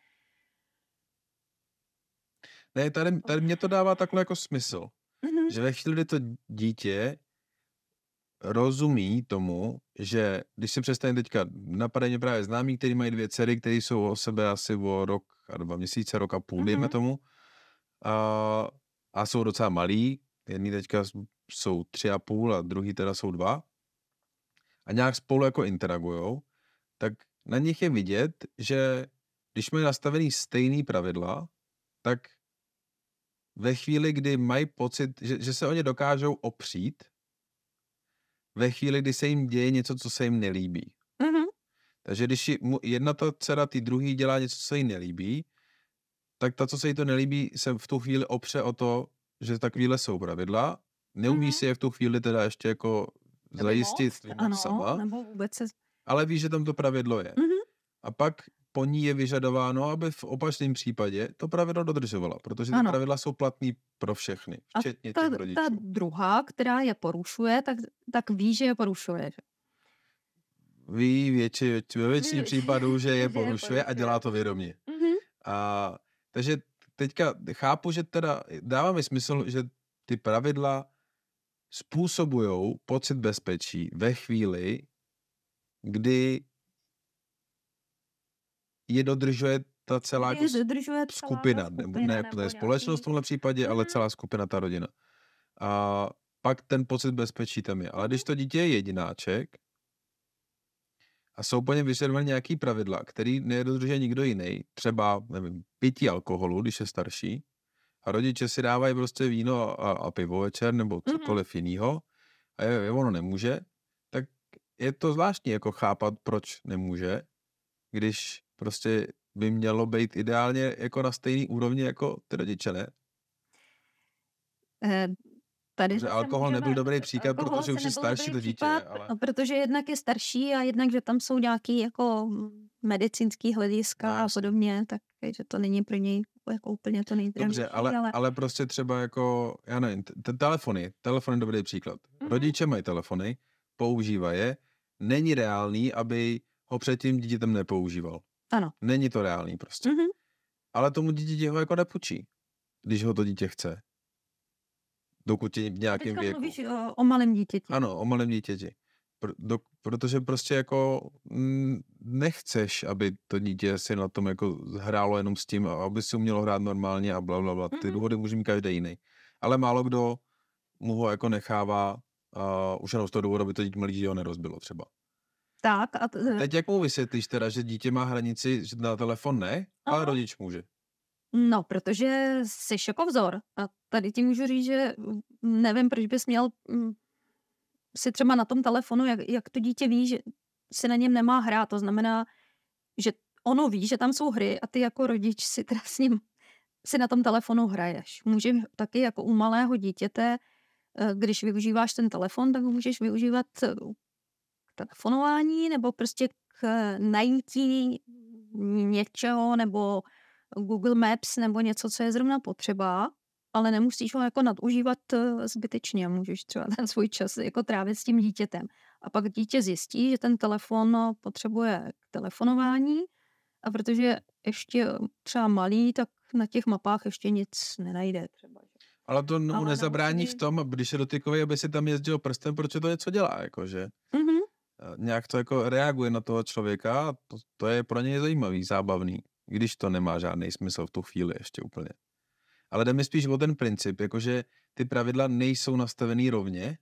Ne, tady, tady mě to dává takhle jako smysl, mm-hmm. že ve chvíli, kdy to dítě rozumí tomu, že když si představím teďka, napadají mě právě známí, kteří mají dvě dcery, které jsou o sebe asi o rok a dva měsíce, rok a půl, mm-hmm. dejme tomu, a, a jsou docela malí, jedni teďka jsou tři a půl a druhý teda jsou dva a nějak spolu jako interagujou, tak na nich je vidět, že když mají nastavený stejný pravidla, tak ve chvíli, kdy mají pocit, že, že se o ně dokážou opřít, ve chvíli, kdy se jim děje něco, co se jim nelíbí. Mm-hmm. Takže když jedna ta dcera ty druhý dělá něco, co se jí nelíbí, tak ta, co se jí to nelíbí, se v tu chvíli opře o to, že takovýhle jsou pravidla. Neumí mm-hmm. si je v tu chvíli teda ještě jako zajistit ano, sama, nebo vůbec se... ale ví, že tam to pravidlo je. Mm-hmm. A pak po ní je vyžadováno, aby v opačném případě to pravidlo dodržovala, protože ty ano. pravidla jsou platný pro všechny, včetně ta, těch rodičů. Ta druhá, která je porušuje, tak, tak ví, že je porušuje. Ví větši, ve většině případů, že je porušuje a dělá to vědomě. Mm-hmm. A, takže teďka chápu, že teda dává mi smysl, že ty pravidla způsobujou pocit bezpečí ve chvíli, kdy je dodržuje ta celá jako dodržuje skupina, celá nebo ne, nebo ne společnost v tomhle případě, mm. ale celá skupina, ta rodina. A pak ten pocit bezpečí tam je. Ale když to dítě je jedináček a jsou po něm vyžadované nějaký pravidla, který nedodržuje nikdo jiný, třeba, nevím, pití alkoholu, když je starší, a rodiče si dávají prostě víno a, a pivo večer, nebo cokoliv mm-hmm. jinýho, a je, je, ono nemůže, tak je to zvláštní jako chápat, proč nemůže, když prostě by mělo být ideálně jako na stejný úrovni jako ty rodiče, ne? Eh, tady protože alkohol můžeme, nebyl dobrý příklad, protože už je starší to dítě. Ale... No, protože jednak je starší a jednak, že tam jsou nějaký jako medicínský hlediska no, a podobně, tak že to není pro něj jako úplně to nejdražší. Dobře, ale, ale... ale prostě třeba jako, já nevím, t- telefony, telefon je dobrý příklad. Mm-hmm. Rodiče mají telefony, používají je, není reálný, aby ho předtím dítětem nepoužíval. Ano. Není to reálný prostě. Mm-hmm. Ale tomu dítěti ho jako nepůjčí, když ho to dítě chce. Dokud je v nějakém věku. Mluvíš o, o malém dítěti. Ano, o malém dítěti. Pro, do, protože prostě jako m, nechceš, aby to dítě si na tom jako hrálo jenom s tím, aby si umělo hrát normálně a blablabla. Ty mm-hmm. důvody může mít každý jiný. Ale málo kdo mu ho jako nechává uh, už jenom z toho důvodu, aby to dítě malý ho nerozbilo třeba. Tak. A t- Teď jak mu vysvětlíš teda, že dítě má hranici, že na telefon ne, Aha. ale rodič může? No, protože jsi jako vzor. A tady ti můžu říct, že nevím, proč bys měl si třeba na tom telefonu, jak, jak to dítě ví, že si na něm nemá hrát. To znamená, že ono ví, že tam jsou hry a ty jako rodič si teda s ním si na tom telefonu hraješ. Může taky jako u malého dítěte, když využíváš ten telefon, tak můžeš využívat k telefonování nebo prostě k najítí něčeho nebo Google Maps nebo něco, co je zrovna potřeba, ale nemusíš ho jako nadužívat zbytečně. Můžeš třeba ten svůj čas jako trávit s tím dítětem. A pak dítě zjistí, že ten telefon potřebuje k telefonování a protože ještě třeba malý, tak na těch mapách ještě nic nenajde třeba. Ale to mu nezabrání v tom, když je dotykový, aby si tam jezdil prstem, protože to něco dělá, jakože. Mm-hmm. Nějak to jako reaguje na toho člověka a to, to je pro něj zajímavý, zábavný. Když to nemá žádný smysl v tu chvíli ještě úplně. Ale jde mi spíš o ten princip, jakože ty pravidla nejsou nastavený rovně.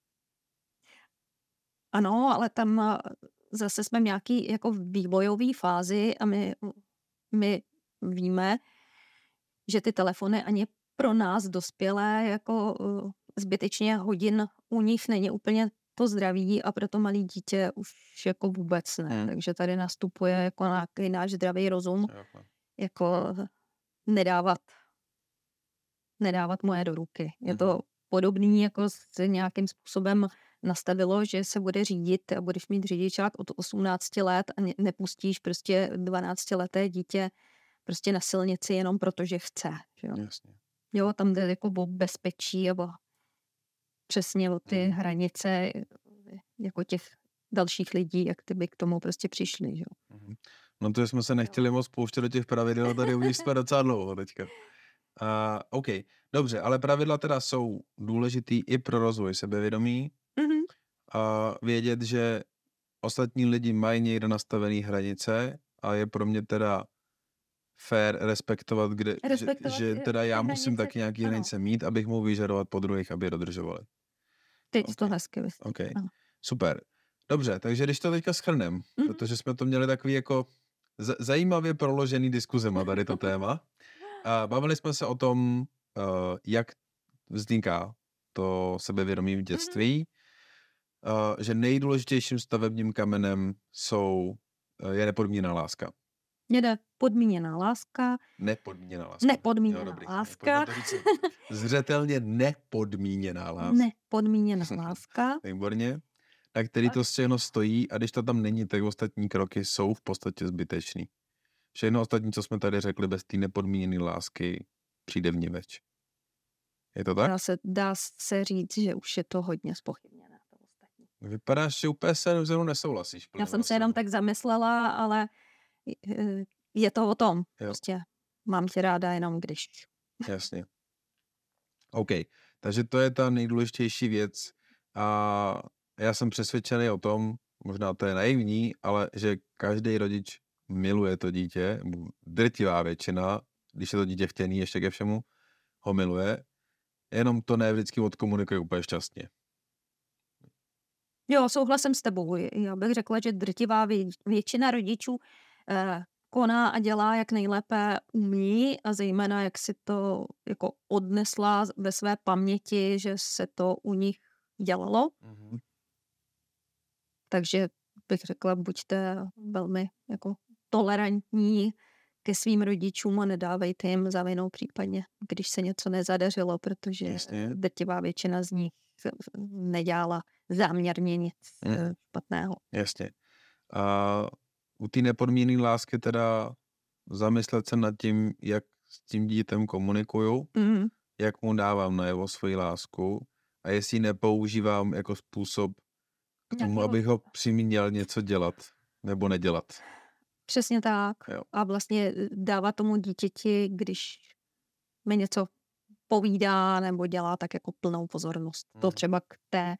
Ano, ale tam zase jsme v nějaký jako vývojový fázi a my, my víme, že ty telefony ani pro nás dospělé jako zbytečně hodin u nich není úplně to zdraví a pro to malé dítě už jako vůbec ne. Hmm. Takže tady nastupuje jako nějaký náš zdravý rozum, jako nedávat, nedávat moje do ruky. Je to podobný, jako se nějakým způsobem nastavilo, že se bude řídit a budeš mít řidičák od osmnácti let a nepustíš prostě dvanáctileté dítě prostě na silnici jenom proto, že chce. Že jo? Jasně. Jo, tam jde jako o bezpečí nebo přesně o ty hranice jako těch dalších lidí, jak ty by k tomu prostě přišli. Že? No to jsme se nechtěli moc pouštět do těch pravidel, tady už jsme docela dlouho teďka. Uh, OK, dobře, ale pravidla teda jsou důležitý i pro rozvoj sebevědomí. Mm-hmm. A vědět, že ostatní lidi mají někde nastavený hranice a je pro mě teda fair respektovat, kde, respektovat že, že teda já hranice, musím taky nějaký ano. hranice mít, abych mohl vyžadovat po druhých, aby je dodržovali. Teď okay. to hezky vystři. Okay. Super. Dobře, takže když to teďka shrnem, mm-hmm. protože jsme to měli takový jako z- zajímavě proložený diskuzema tady to téma. A bavili jsme se o tom, uh, jak vzniká to sebevědomí v dětství, mm-hmm. uh, že nejdůležitějším stavebním kamenem jsou je nepodmíněná láska. Je nepodmíněná láska. Nepodmíněná láska. Nepodmíněná jo, dobrý. láska. To říct zřetelně nepodmíněná láska. Nepodmíněná láska. Výborně. Na který to všechno stojí a když to tam není, tak ostatní kroky jsou v podstatě zbytečný. Všechno ostatní, co jsme tady řekli, bez té nepodmíněné lásky přijde v ní več. Je to tak? Dá se, dá se říct, že už je to hodně zpochybněné. To ostatní. Vypadáš, že úplně se mnou nesouhlasíš. Já jsem se jenom tak zamyslela, ale je to o tom. Jo. Prostě mám tě ráda jenom když. Jasně. OK. Takže to je ta nejdůležitější věc a já jsem přesvědčený o tom, možná to je naivní, ale že každý rodič miluje to dítě, drtivá většina, když je to dítě chtěný ještě ke všemu, ho miluje, jenom to ne vždycky odkomunikuje úplně šťastně. Jo, souhlasím s tebou. Já bych řekla, že drtivá většina rodičů eh, koná a dělá, jak nejlépe umí a zejména, jak si to jako odnesla ve své paměti, že se to u nich dělalo. Mm-hmm. Takže bych řekla, buďte velmi jako tolerantní ke svým rodičům a nedávejte jim za vinou případně, když se něco nezadařilo, protože Jasně. drtivá většina z nich nedělala záměrně nic mm. špatného. Jasně. A u té nepodmíněné lásky teda zamyslet se nad tím, jak s tím dítem komunikuju, mm. jak mu dávám najevo svoji lásku a jestli nepoužívám jako způsob k tomu, abych ho přiměl něco dělat nebo nedělat. Přesně tak. Jo. A vlastně dává tomu dítěti, když mi něco povídá nebo dělá, tak jako plnou pozornost. Mm. To třeba k té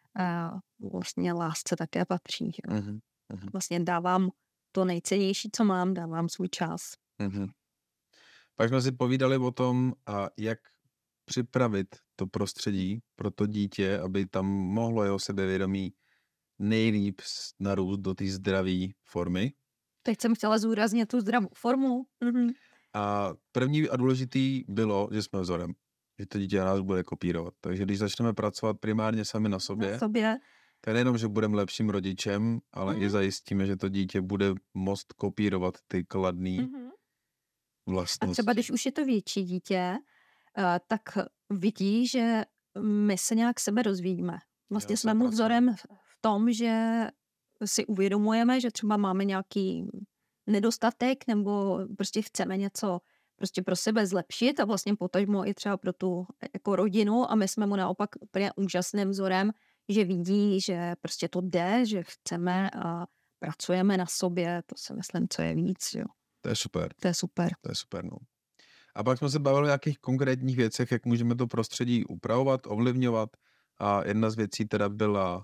uh, vlastně lásce také patří. Mm. Vlastně dávám to nejcennější, co mám, dávám svůj čas. Mm. Pak jsme si povídali o tom, a jak připravit to prostředí pro to dítě, aby tam mohlo jeho sebevědomí nejlíp narůst do té zdravé formy. Teď jsem chtěla zúraznit tu zdravou formu. Mm-hmm. A první a důležitý bylo, že jsme vzorem. Že to dítě na nás bude kopírovat. Takže když začneme pracovat primárně sami na sobě, na sobě. to je nejenom, že budeme lepším rodičem, ale mm-hmm. i zajistíme, že to dítě bude moct kopírovat ty kladné mm-hmm. vlastnosti. A třeba když už je to větší dítě, tak vidí, že my se nějak sebe rozvíjíme. Vlastně jsme mu vzorem v tom, že si uvědomujeme, že třeba máme nějaký nedostatek nebo prostě chceme něco prostě pro sebe zlepšit a vlastně potažmo i třeba pro tu jako rodinu a my jsme mu naopak úplně úžasným vzorem, že vidí, že prostě to jde, že chceme a pracujeme na sobě, to si myslím, co je víc, jo. To je super. To je super. To je super, no. A pak jsme se bavili o nějakých konkrétních věcech, jak můžeme to prostředí upravovat, ovlivňovat a jedna z věcí teda byla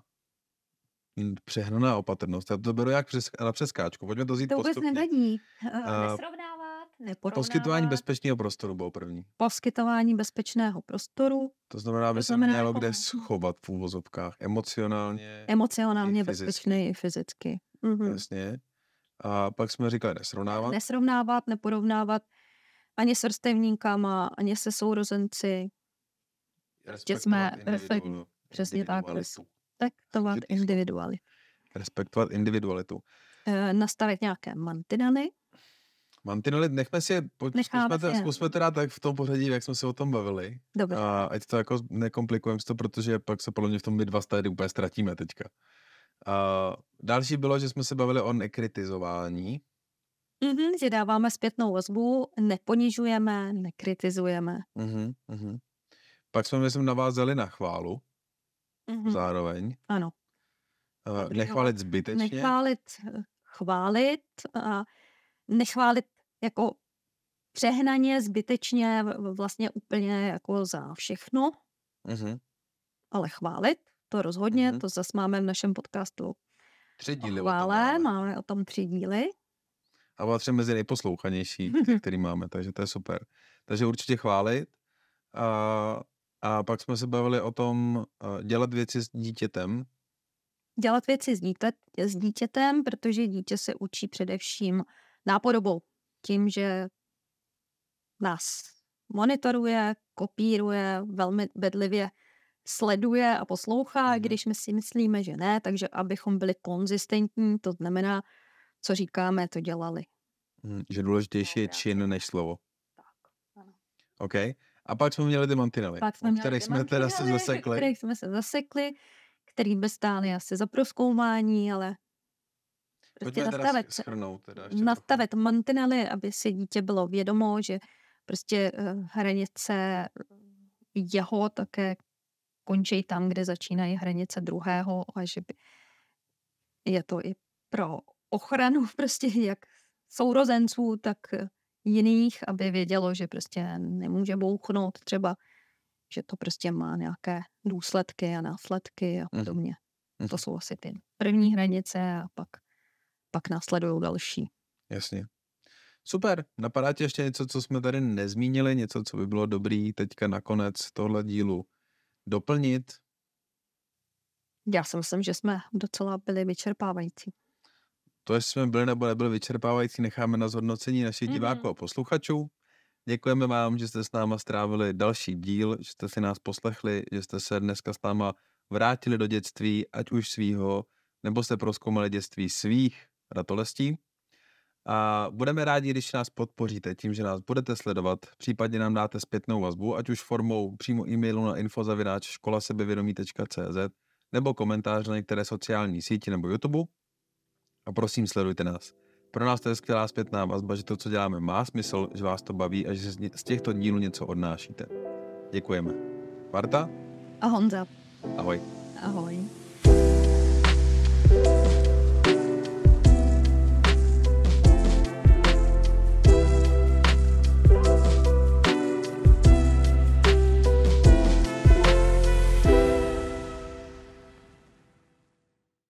přehnaná opatrnost. Já to beru jak přes, na přeskáčku. Pojďme to vzít postupně. To vůbec nevadí. Uh, Nesrovnávat, neporovnávat. Poskytování bezpečného prostoru bylo první. Poskytování bezpečného prostoru. To znamená, aby se mělo kde schovat v úvozovkách. Emocionálně. Emocionálně bezpečný i fyzicky. Mhm. Jasně. A pak jsme říkali nesrovnávat. Nesrovnávat, neporovnávat ani s vrstevníkama, ani se sourozenci. Respektovat jsme respekt, přesně tak. Respektovat individualitu. Respektovat individualitu. E, nastavit nějaké mantinely. Mantinely, nechme si je, zkusme, to, zkusme to dát tak v tom pořadí, jak jsme se o tom bavili. Dobře. A ať to jako nekomplikujeme to, protože pak se podle mě v tom my dva stády úplně ztratíme teďka. A další bylo, že jsme se bavili o nekritizování. Mm-hmm, že dáváme zpětnou vazbu, neponižujeme, nekritizujeme. Mm-hmm, mm-hmm. Pak jsme, myslím, navázali na chválu. Mm-hmm. Zároveň. Ano. Uh, nechválit zbytečně. Nechválit, chválit a nechválit jako přehnaně, zbytečně, vlastně úplně jako za všechno. Mm-hmm. Ale chválit, to rozhodně, mm-hmm. to zase máme v našem podcastu. Tři díly chvále, máme. máme o tom tři díly. A patří mezi nejposlouchanější, který máme, takže to je super. Takže určitě chválit. A A pak jsme se bavili o tom uh, dělat věci s dítětem. Dělat věci s, dítě, s dítětem, protože dítě se učí především nápodobou. Tím, že nás monitoruje, kopíruje, velmi bedlivě sleduje a poslouchá, mm. když my si myslíme, že ne. Takže abychom byli konzistentní, to znamená, co říkáme, to dělali. Hmm, že důležitější je čin než slovo. Tak, ano. OK. A pak jsme měli ty mantinely, Pak jsme o měli kterých ty jsme teda se mantinely, zasekli. kterých jsme se zasekli, který by stály asi za prozkoumání, ale prostě Pojďme teda nastavit, shrnout. Teda ještě nastavit mantinely, aby si dítě bylo vědomo, že prostě uh, hranice jeho také končí tam, kde začínají hranice druhého a že by je to i pro ochranu prostě jak sourozenců, tak jiných, aby vědělo, že prostě nemůže bouchnout třeba, že to prostě má nějaké důsledky a následky a podobně. Mm. To jsou asi ty první hranice a pak, pak následují další. Jasně. Super. Napadá ti ještě něco, co jsme tady nezmínili, něco, co by bylo dobrý teďka nakonec tohle dílu doplnit? Já si myslím, že jsme docela byli vyčerpávající. To, jestli jsme byli nebo nebyli vyčerpávající, necháme na zhodnocení našich diváků mm-hmm. a posluchačů. Děkujeme vám, že jste s náma strávili další díl, že jste si nás poslechli, že jste se dneska s náma vrátili do dětství, ať už svýho, nebo jste prozkoumali dětství svých ratolestí. A budeme rádi, když nás podpoříte tím, že nás budete sledovat, případně nám dáte zpětnou vazbu, ať už formou přímo e-mailu na info zavináč škola sebevědomí tečka cé zet nebo komentář na některé sociální síti nebo YouTube. A prosím, sledujte nás. Pro nás to je skvělá zpětná vazba, že to, co děláme, má smysl, že vás to baví a že z těchto dílů něco odnášíte. Děkujeme. Marta? A Honza. Ahoj. Ahoj.